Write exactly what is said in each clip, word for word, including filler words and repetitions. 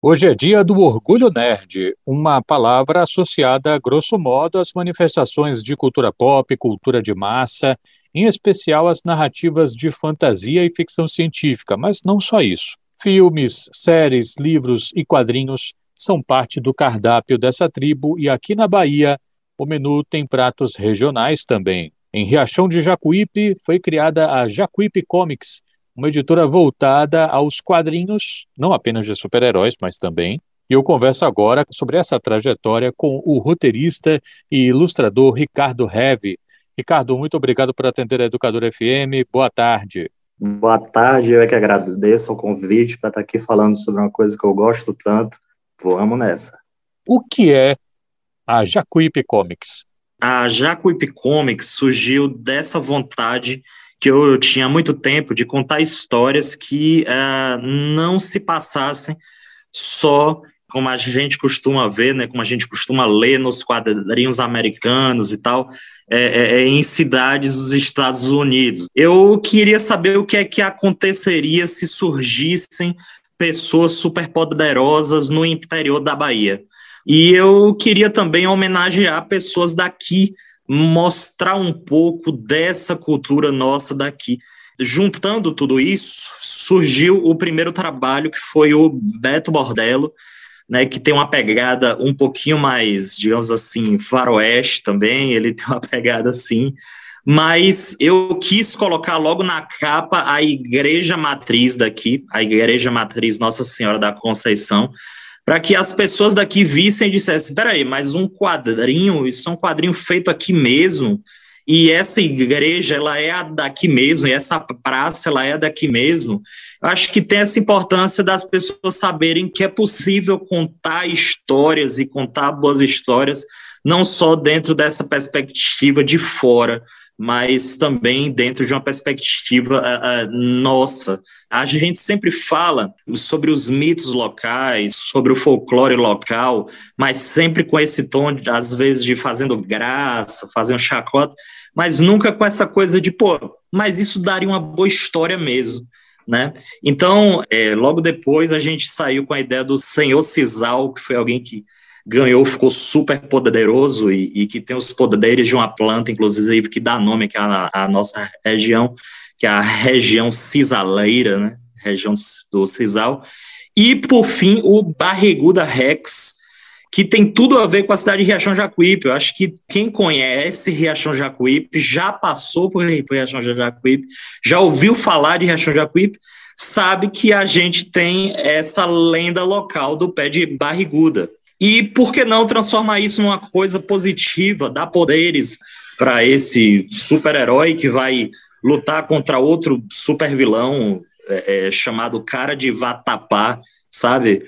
Hoje é dia do Orgulho Nerd, uma palavra associada, grosso modo, às manifestações de cultura pop, cultura de massa, em especial às narrativas de fantasia e ficção científica, mas não só isso. Filmes, séries, livros e quadrinhos são parte do cardápio dessa tribo e aqui na Bahia o menu tem pratos regionais também. Em Riachão de Jacuípe foi criada a Jacuípe Comics, uma editora voltada aos quadrinhos, não apenas de super-heróis, mas também. E eu converso agora sobre essa trajetória com o roteirista e ilustrador Ricardo Heve. Ricardo, muito obrigado por atender a Educadora F M. Boa tarde. Boa tarde, eu é que agradeço o convite para estar aqui falando sobre uma coisa que eu gosto tanto. Vamos nessa. O que é a Jacuípe Comics? A Jacuípe Comics surgiu dessa vontade que eu tinha há muito tempo de contar histórias que uh, não se passassem só como a gente costuma ver, né, como a gente costuma ler nos quadrinhos americanos e tal, é, é, em cidades dos Estados Unidos. Eu queria saber o que é que aconteceria se surgissem pessoas superpoderosas no interior da Bahia. E eu queria também homenagear pessoas daqui, mostrar um pouco dessa cultura nossa daqui. Juntando tudo isso, surgiu o primeiro trabalho, que foi o Beto Bordello, né, que tem uma pegada um pouquinho mais, digamos assim, faroeste também, ele tem uma pegada assim, mas eu quis colocar logo na capa a igreja matriz daqui, a igreja matriz Nossa Senhora da Conceição, para que as pessoas daqui vissem e dissessem, peraí, mas um quadrinho, isso é um quadrinho feito aqui mesmo, e essa igreja, ela é a daqui mesmo, e essa praça, ela é a daqui mesmo. Eu acho que tem essa importância das pessoas saberem que é possível contar histórias e contar boas histórias, não só dentro dessa perspectiva de fora, mas também dentro de uma perspectiva uh, uh, nossa. A gente sempre fala sobre os mitos locais, sobre o folclore local, mas sempre com esse tom, às vezes, de fazendo graça, fazendo chacota, mas nunca com essa coisa de, pô, mas isso daria uma boa história mesmo, né? Então, é, logo depois, a gente saiu com a ideia do Senhor Sisal, que foi alguém que ganhou, ficou super poderoso e, e que tem os poderes de uma planta, inclusive, que dá nome aqui à, à nossa região, que é a região cisaleira, né? Região do Sisal. E, por fim, o Barriguda Rex, que tem tudo a ver com a cidade de Riachão Jacuípe. Eu acho que quem conhece Riachão Jacuípe, já passou por Riachão Jacuípe, já ouviu falar de Riachão Jacuípe, sabe que a gente tem essa lenda local do pé de barriguda. E por que não transformar isso numa coisa positiva, dar poderes para esse super-herói que vai lutar contra outro super-vilão é, é, chamado Cara de Vatapá, sabe?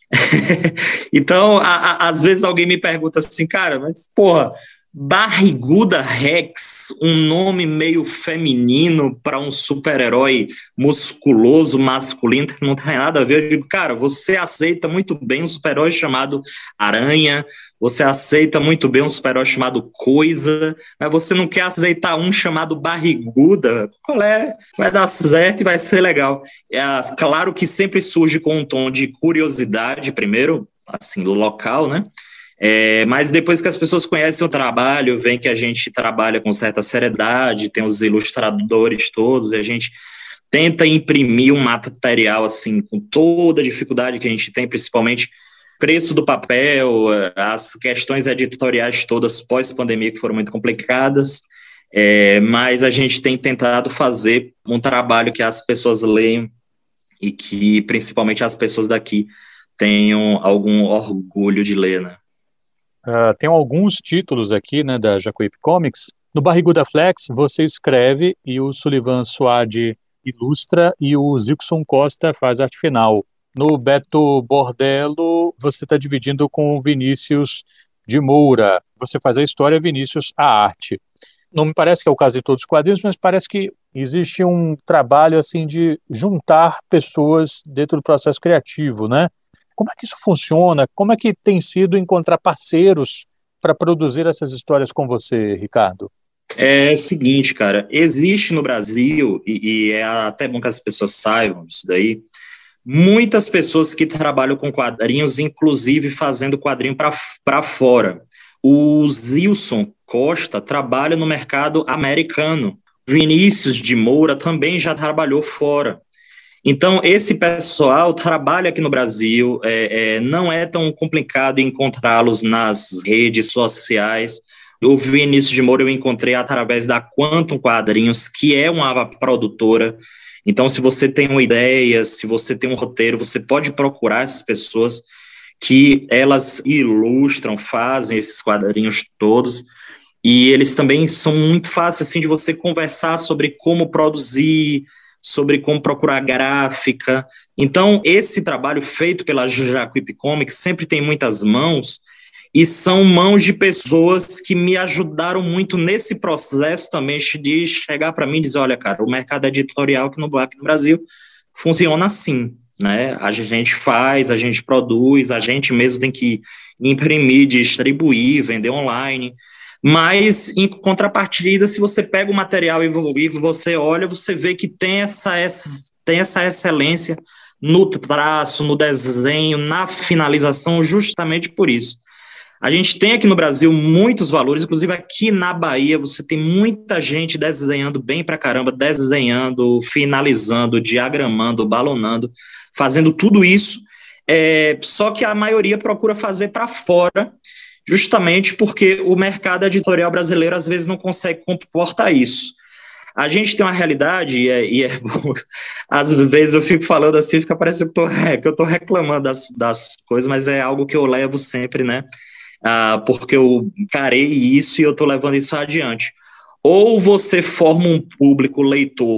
Então, a, a, às vezes alguém me pergunta assim, cara, mas porra, Barriguda Rex, um nome meio feminino para um super-herói musculoso, masculino, que não tem nada a ver. Eu digo, cara, você aceita muito bem um super-herói chamado Aranha, você aceita muito bem um super-herói chamado Coisa, mas você não quer aceitar um chamado Barriguda? Qual é? Vai dar certo e vai ser legal. É, claro que sempre surge com um tom de curiosidade, primeiro, assim, local, né? É, mas depois que as pessoas conhecem o trabalho, veem que a gente trabalha com certa seriedade, tem os ilustradores todos, e a gente tenta imprimir um material assim, com toda a dificuldade que a gente tem, principalmente preço do papel, as questões editoriais todas pós-pandemia que foram muito complicadas, é, mas a gente tem tentado fazer um trabalho que as pessoas leiam e que principalmente as pessoas daqui tenham algum orgulho de ler, né? Uh, tem alguns títulos aqui, né, da Jacuípe Comics. No Barriguda Flex, você escreve e o Sullivan Suade ilustra e o Zilkson Costa faz arte final. No Beto Bordello, você está dividindo com o Vinícius de Moura. Você faz a história, Vinícius a arte. Não me parece que é o caso de todos os quadrinhos, mas parece que existe um trabalho assim de juntar pessoas dentro do processo criativo, né? Como é que isso funciona? Como é que tem sido encontrar parceiros para produzir essas histórias com você, Ricardo? É o seguinte, cara, existe no Brasil, e, e é até bom que as pessoas saibam disso daí, muitas pessoas que trabalham com quadrinhos, inclusive fazendo quadrinho para fora. O Zilson Costa trabalha no mercado americano. Vinícius de Moura também já trabalhou fora. Então, esse pessoal trabalha aqui no Brasil, é, é, não é tão complicado encontrá-los nas redes sociais. O Vinícius de Moura eu encontrei através da Quantum Quadrinhos, que é uma produtora. Então, se você tem uma ideia, se você tem um roteiro, você pode procurar essas pessoas que elas ilustram, fazem esses quadrinhos todos. E eles também são muito fáceis assim, de você conversar sobre como produzir, sobre como procurar gráfica. Então, esse trabalho feito pela Jacuípe Comics sempre tem muitas mãos, e são mãos de pessoas que me ajudaram muito nesse processo também de chegar para mim e dizer, olha, cara, o mercado editorial aqui no, aqui no Brasil funciona assim, né? A gente faz, a gente produz, a gente mesmo tem que imprimir, distribuir, vender online. Mas, em contrapartida, se você pega o material e você olha, você vê que tem essa, essa, tem essa excelência no traço, no desenho, na finalização, justamente por isso. A gente tem aqui no Brasil muitos valores, inclusive aqui na Bahia você tem muita gente desenhando bem pra caramba, desenhando, finalizando, diagramando, balonando, fazendo tudo isso, é, só que a maioria procura fazer para fora, justamente porque o mercado editorial brasileiro às vezes não consegue comportar isso. A gente tem uma realidade, e é, e é bom, às vezes eu fico falando assim, fica parecendo que eu tô, é, que eu tô reclamando das, das coisas, mas é algo que eu levo sempre, né? Ah, porque eu carei isso e eu tô levando isso adiante. Ou você forma um público leitor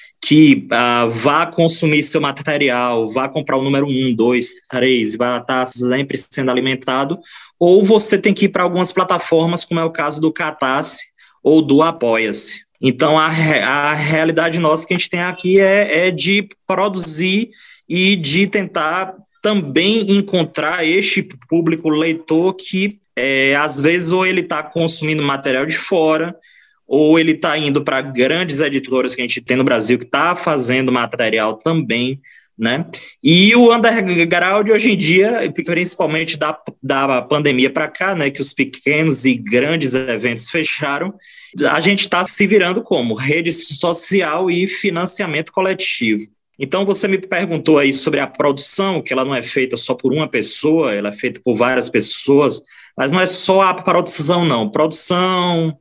que ah, vá consumir seu material, vá comprar o número um, dois, três, vai estar sempre sendo alimentado, ou você tem que ir para algumas plataformas, como é o caso do Catarse ou do Apoia-se. Então, a, a realidade nossa que a gente tem aqui é, é de produzir e de tentar também encontrar este público leitor que, é, às vezes, ou ele está consumindo material de fora, ou ele está indo para grandes editoras que a gente tem no Brasil, que está fazendo material também, né? E o underground, hoje em dia, principalmente da, da pandemia para cá, né, que os pequenos e grandes eventos fecharam, a gente está se virando como? Rede social e financiamento coletivo. Então, você me perguntou aí sobre a produção, que ela não é feita só por uma pessoa, ela é feita por várias pessoas, mas não é só a produção, não. Produção,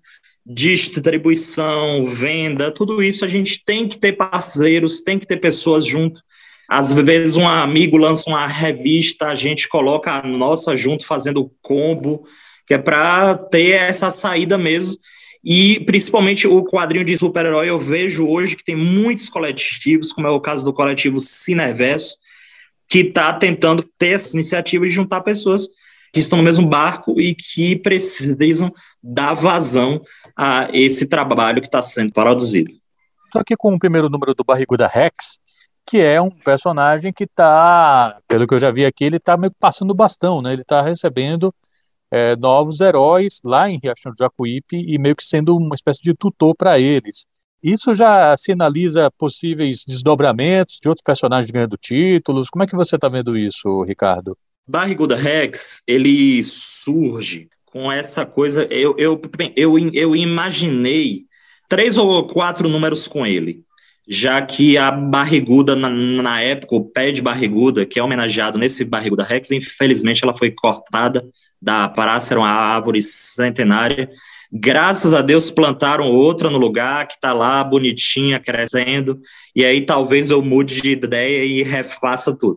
distribuição, venda, tudo isso a gente tem que ter parceiros, tem que ter pessoas junto. Às vezes um amigo lança uma revista, a gente coloca a nossa junto fazendo combo, que é para ter essa saída mesmo. E principalmente o quadrinho de super-herói, eu vejo hoje que tem muitos coletivos, como é o caso do coletivo Cineverso, que está tentando ter essa iniciativa de juntar pessoas que estão no mesmo barco e que precisam dar vazão a esse trabalho que está sendo produzido. Estou aqui com o primeiro número do Barriguda Rex, que é um personagem que está, pelo que eu já vi aqui, ele está meio que passando o bastão, né? Ele está recebendo é, novos heróis lá em Riachão do Jacuípe e meio que sendo uma espécie de tutor para eles. Isso já sinaliza possíveis desdobramentos de outros personagens ganhando títulos? Como é que você está vendo isso, Ricardo? Barriguda Rex, ele surge com essa coisa, eu, eu, eu, eu imaginei três ou quatro números com ele, já que a Barriguda, na, na época, o pé de Barriguda, que é homenageado nesse Barriguda Rex, infelizmente ela foi cortada da praça, era uma árvore centenária. Graças a Deus plantaram outra no lugar, que está lá, bonitinha, crescendo, e aí talvez eu mude de ideia e refaça tudo.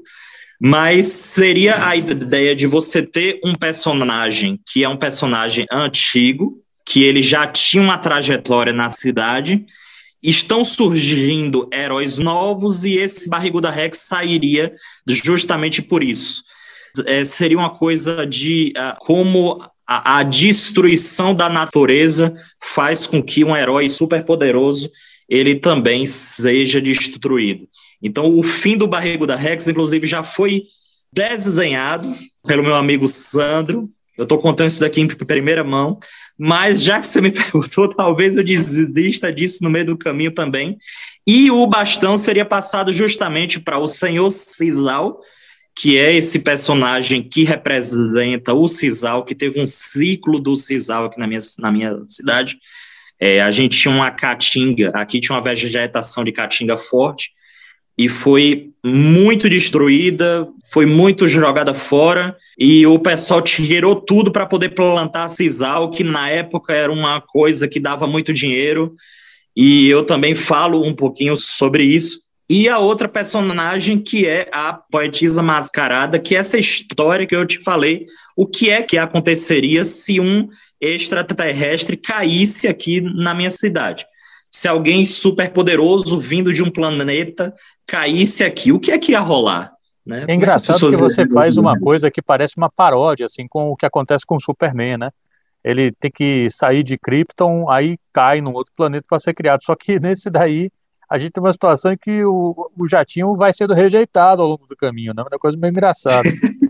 Mas seria a ideia de você ter um personagem que é um personagem antigo, que ele já tinha uma trajetória na cidade, estão surgindo heróis novos e esse Barriguda Rex sairia justamente por isso. É, seria uma coisa de uh, como a, a destruição da natureza faz com que um herói superpoderoso ele também seja destruído. Então, o fim do Barriguda Rex, inclusive, já foi desenhado pelo meu amigo Sandro. Eu estou contando isso daqui em primeira mão, mas já que você me perguntou, talvez eu desista disso no meio do caminho também. e o bastão seria passado justamente para o senhor Sisal, que é esse personagem que representa o sisal, que teve um ciclo do sisal aqui na minha, na minha cidade. É, a gente tinha uma caatinga, aqui tinha uma vegetação de caatinga forte, e foi muito destruída, foi muito jogada fora, e o pessoal tirou tudo para poder plantar sisal, que na época era uma coisa que dava muito dinheiro, e eu também falo um pouquinho sobre isso. E a outra personagem, que é a poetisa mascarada, que é essa história que eu te falei, o que é que aconteceria se um extraterrestre caísse aqui na minha cidade. Se alguém superpoderoso vindo de um planeta caísse aqui, o que é que ia rolar? Né? É engraçado é que, que você faz uma coisa que parece uma paródia, assim, com o que acontece com o Superman, né? Ele tem que sair de Krypton, aí cai num outro planeta para ser criado. Só que nesse daí, a gente tem uma situação em que o, o jatinho vai sendo rejeitado ao longo do caminho, né? Uma coisa meio engraçada.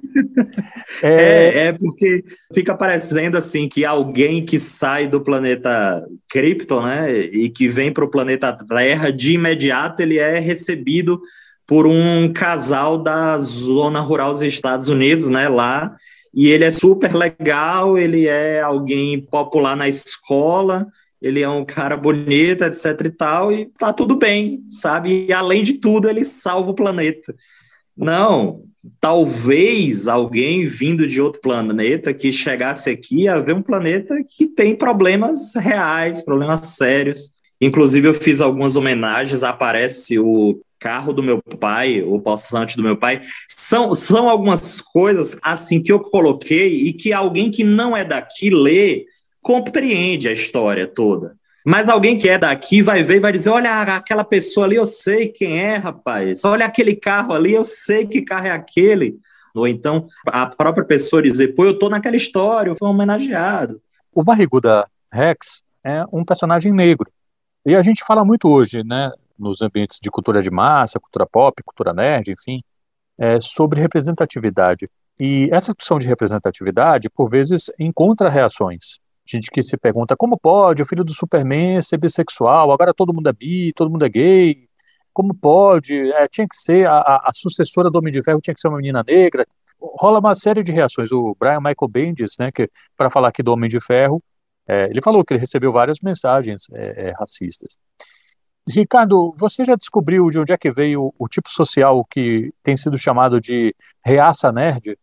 é... É, é porque fica parecendo assim que alguém que sai do planeta Krypton, né, e que vem para o planeta Terra, de imediato ele é recebido por um casal da zona rural dos Estados Unidos, né, lá, e ele é super legal, ele é alguém popular na escola, ele é um cara bonito, etc e tal, e tá tudo bem, sabe? E além de tudo, ele salva o planeta. Não, talvez alguém vindo de outro planeta que chegasse aqui a ver um planeta que tem problemas reais, problemas sérios. Inclusive, eu fiz algumas homenagens, aparece o carro do meu pai, o poçante do meu pai. São, são algumas coisas assim que eu coloquei e que alguém que não é daqui lê, compreende a história toda. Mas alguém que é daqui vai ver e vai dizer, olha, aquela pessoa ali, eu sei quem é, rapaz. Olha aquele carro ali, eu sei que carro é aquele. Ou então, a própria pessoa dizer, pô, eu tô naquela história, eu fui homenageado. O Barriguda Rex é um personagem negro. E a gente fala muito hoje, né, nos ambientes de cultura de massa, cultura pop, cultura nerd, enfim, é, sobre representatividade. E essa discussão de representatividade, por vezes, encontra reações. Gente que se pergunta, como pode o filho do Superman ser bissexual? Agora todo mundo é bi, todo mundo é gay. Como pode? É, tinha que ser, a, a sucessora do Homem de Ferro tinha que ser uma menina negra. Rola uma série de reações. O Brian Michael Bendis, né, que, para falar aqui do Homem de Ferro, é, ele falou que ele recebeu várias mensagens é, é, racistas. Ricardo, você já descobriu de onde é que veio o, o tipo social que tem sido chamado de reaça nerd?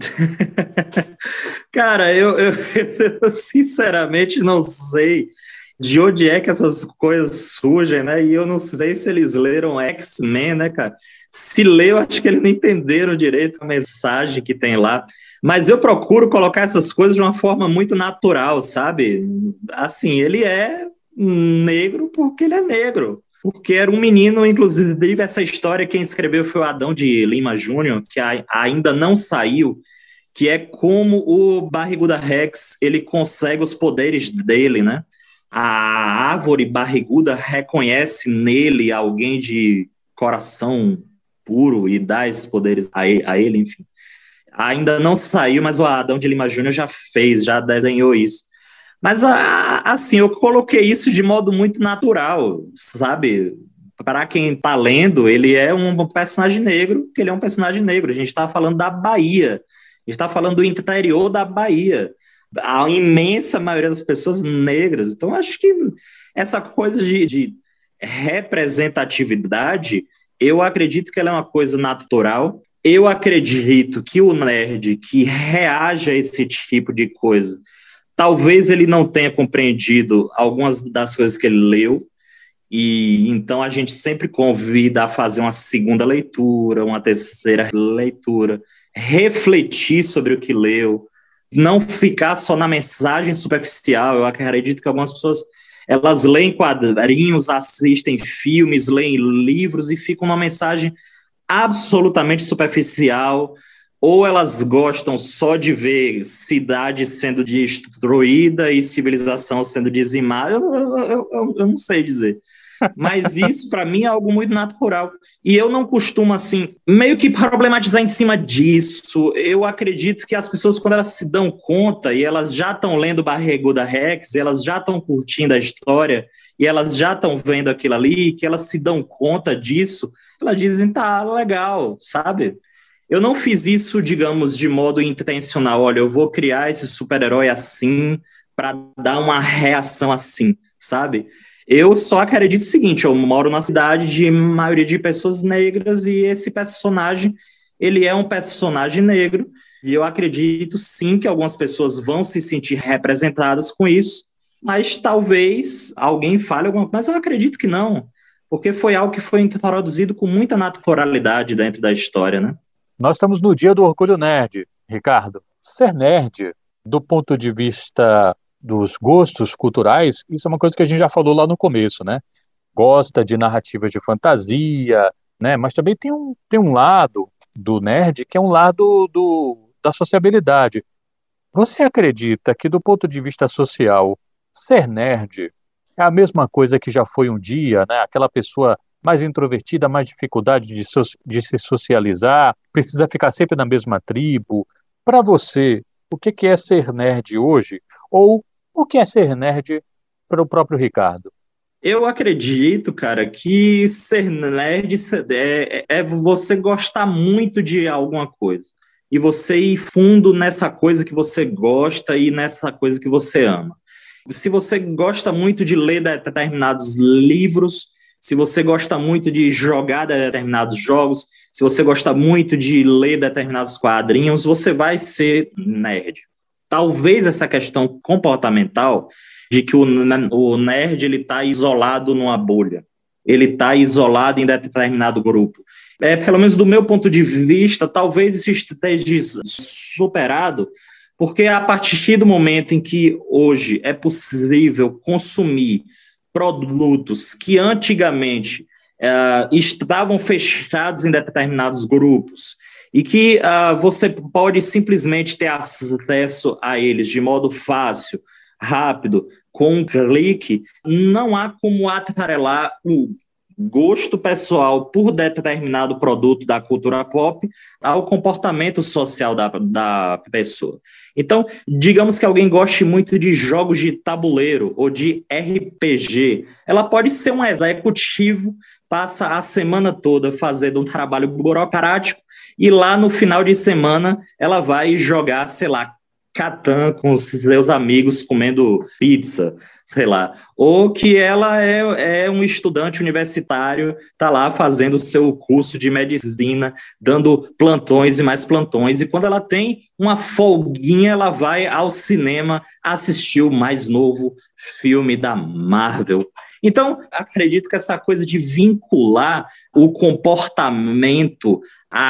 Cara, eu, eu, eu sinceramente não sei de onde é que essas coisas surgem, né? E eu não sei se eles leram X-Men, né, cara? Se leu, acho que eles não entenderam direito a mensagem que tem lá. Mas eu procuro colocar essas coisas de uma forma muito natural, sabe? Assim, ele é negro porque ele é negro. Porque era um menino, inclusive essa história quem escreveu foi o Adão de Lima Júnior, que ainda não saiu, que é como o Barriguda Rex ele consegue os poderes dele, né? A árvore barriguda reconhece nele alguém de coração puro e dá esses poderes a ele, enfim. Ainda não saiu, mas o Adão de Lima Júnior já fez, já desenhou isso. Mas, assim, eu coloquei isso de modo muito natural, sabe? Para quem está lendo, ele é um personagem negro, que ele é um personagem negro. A gente está falando da Bahia, a gente está falando do interior da Bahia. A imensa maioria das pessoas negras. Então, acho que essa coisa de, de representatividade, eu acredito que ela é uma coisa natural. Eu acredito que o nerd que reage a esse tipo de coisa, talvez ele não tenha compreendido algumas das coisas que ele leu, e então a gente sempre convida a fazer uma segunda leitura, uma terceira leitura, refletir sobre o que leu, não ficar só na mensagem superficial. Eu acredito que algumas pessoas, elas leem quadrinhos, assistem filmes, leem livros e ficam numa mensagem absolutamente superficial, ou elas gostam só de ver cidade sendo destruída e civilização sendo dizimada. Eu, eu, eu, eu não sei dizer. Mas isso, para mim, é algo muito natural. E eu não costumo, assim, meio que problematizar em cima disso. Eu acredito que as pessoas, quando elas se dão conta e elas já estão lendo Barriguda Rex, elas já estão curtindo a história e elas já estão vendo aquilo ali, que elas se dão conta disso, elas dizem, tá, legal, sabe? Eu não fiz isso, digamos, de modo intencional. Olha, eu vou criar esse super-herói assim para dar uma reação assim, sabe? Eu só acredito o seguinte, eu moro numa cidade de maioria de pessoas negras e esse personagem, ele é um personagem negro e eu acredito sim que algumas pessoas vão se sentir representadas com isso, mas talvez alguém fale alguma coisa, mas eu acredito que não, porque foi algo que foi introduzido com muita naturalidade dentro da história, né? Nós estamos no dia do Orgulho Nerd, Ricardo. Ser nerd, do ponto de vista dos gostos culturais, isso é uma coisa que a gente já falou lá no começo, né? Gosta de narrativas de fantasia, né? Mas também tem um, tem um lado do nerd que é um lado do, da sociabilidade. Você acredita que, do ponto de vista social, ser nerd é a mesma coisa que já foi um dia, né? Aquela pessoa mais introvertida, mais dificuldade de, so de se socializar, precisa ficar sempre na mesma tribo. Para você, o que que é ser nerd hoje? Ou o que é ser nerd para o próprio Ricardo? Eu acredito, cara, que ser nerd é, é você gostar muito de alguma coisa. E você ir fundo nessa coisa que você gosta e nessa coisa que você ama. Se você gosta muito de ler determinados livros, se você gosta muito de jogar determinados jogos, se você gosta muito de ler determinados quadrinhos, você vai ser nerd. Talvez essa questão comportamental de que o, o nerd ele está isolado numa bolha, ele está isolado em determinado grupo. É, pelo menos do meu ponto de vista, talvez isso esteja superado, porque a partir do momento em que hoje é possível consumir produtos que antigamente uh, estavam fechados em determinados grupos e que uh, você pode simplesmente ter acesso a eles de modo fácil, rápido, com um clique, não há como atrelar o gosto pessoal por determinado produto da cultura pop ao comportamento social da, da pessoa. Então, digamos que alguém goste muito de jogos de tabuleiro ou de R P G, ela pode ser um executivo, passa a semana toda fazendo um trabalho burocrático e lá no final de semana ela vai jogar, sei lá, Catan com os seus amigos comendo pizza, sei lá, ou que ela é, é um estudante universitário, está lá fazendo o seu curso de medicina, dando plantões e mais plantões, e quando ela tem uma folguinha, ela vai ao cinema assistir o mais novo filme da Marvel. Então, acredito que essa coisa de vincular o comportamento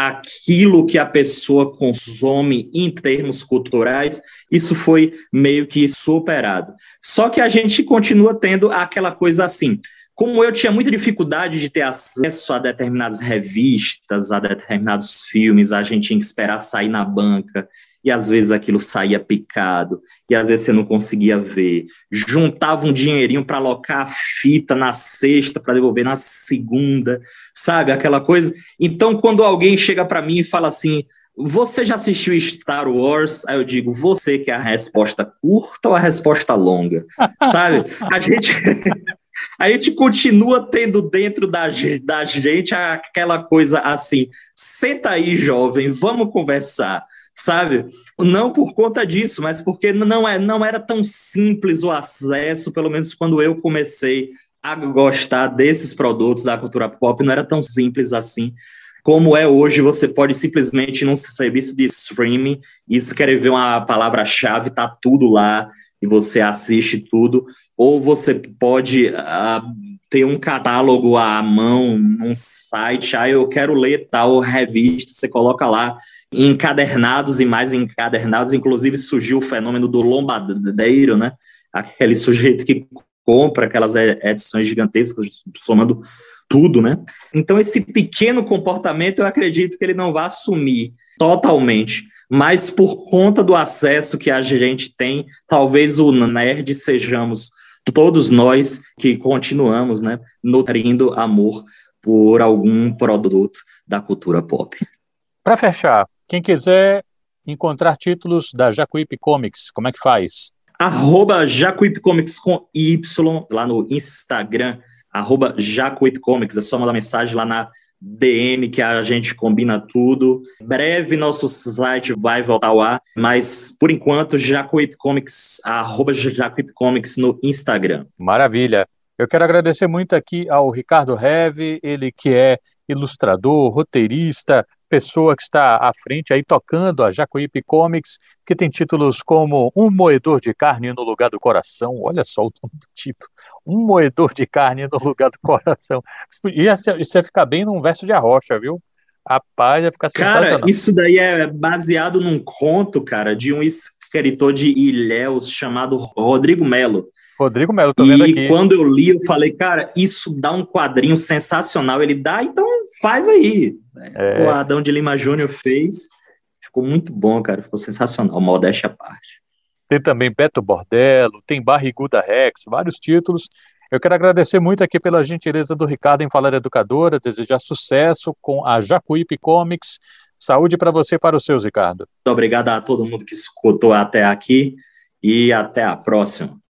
àquilo que a pessoa consome em termos culturais, isso foi meio que superado. Só que a gente continua tendo aquela coisa assim. Como eu tinha muita dificuldade de ter acesso a determinadas revistas, a determinados filmes, a gente tinha que esperar sair na banca, e às vezes aquilo saía picado, e às vezes você não conseguia ver. Juntava um dinheirinho para alocar a fita na sexta, para devolver na segunda, sabe? Aquela coisa. Então, quando alguém chega para mim e fala assim, você já assistiu Star Wars? Aí eu digo, você quer a resposta curta ou a resposta longa? Sabe? A gente... A gente continua tendo dentro da, da gente aquela coisa assim, senta aí, jovem, vamos conversar, sabe? Não por conta disso, mas porque não, é, não era tão simples o acesso, pelo menos quando eu comecei a gostar desses produtos da cultura pop, não era tão simples assim. Como é hoje, você pode simplesmente, num serviço de streaming, escrever uma palavra-chave, tá tudo lá, e você assiste tudo, ou você pode uh, ter um catálogo à mão, num site, ah, eu quero ler tal revista, você coloca lá, encadernados e mais encadernados, inclusive surgiu o fenômeno do lombadeiro, né? Aquele sujeito que compra aquelas edições gigantescas, somando tudo, né? Então, esse pequeno comportamento, eu acredito que ele não vai assumir totalmente, mas por conta do acesso que a gente tem, talvez o nerd sejamos todos nós que continuamos, né, nutrindo amor por algum produto da cultura pop. Para fechar, quem quiser encontrar títulos da Jacuípe Comics, como é que faz? Arroba Jacuípe Comics com Y, lá no Instagram, arroba Jacuípe Comics, é só mandar mensagem lá na D M que a gente combina tudo. Breve nosso site vai voltar ao ar, mas por enquanto Jacuípe Comics, arroba Jacuípe Comics no Instagram. Maravilha. Eu quero agradecer muito aqui ao Ricardo Reve, ele que é ilustrador, roteirista, pessoa que está à frente aí tocando a Jacuípe Comics, que tem títulos como Um Moedor de Carne no Lugar do Coração. Olha só o nome do título. Um Moedor de Carne no Lugar do Coração. Ia, isso ia ficar bem num verso de arrocha, viu? Rapaz, ia ficar sensacional. Cara, isso daí é baseado num conto, cara, de um escritor de Ilhéus chamado Rodrigo Melo. Rodrigo Melo, tô vendo aqui. E quando eu li, eu falei, cara, isso dá um quadrinho sensacional. Ele dá, então faz aí. É. O Adão de Lima Júnior fez, ficou muito bom, cara, ficou sensacional, modéstia à parte. Tem também Beto Bordello, tem Barriguda Rex, vários títulos. Eu quero agradecer muito aqui pela gentileza do Ricardo em Falar Educadora, desejar sucesso com a Jacuípe Comics. Saúde para você e para os seus, Ricardo. Muito obrigado a todo mundo que escutou até aqui e até a próxima.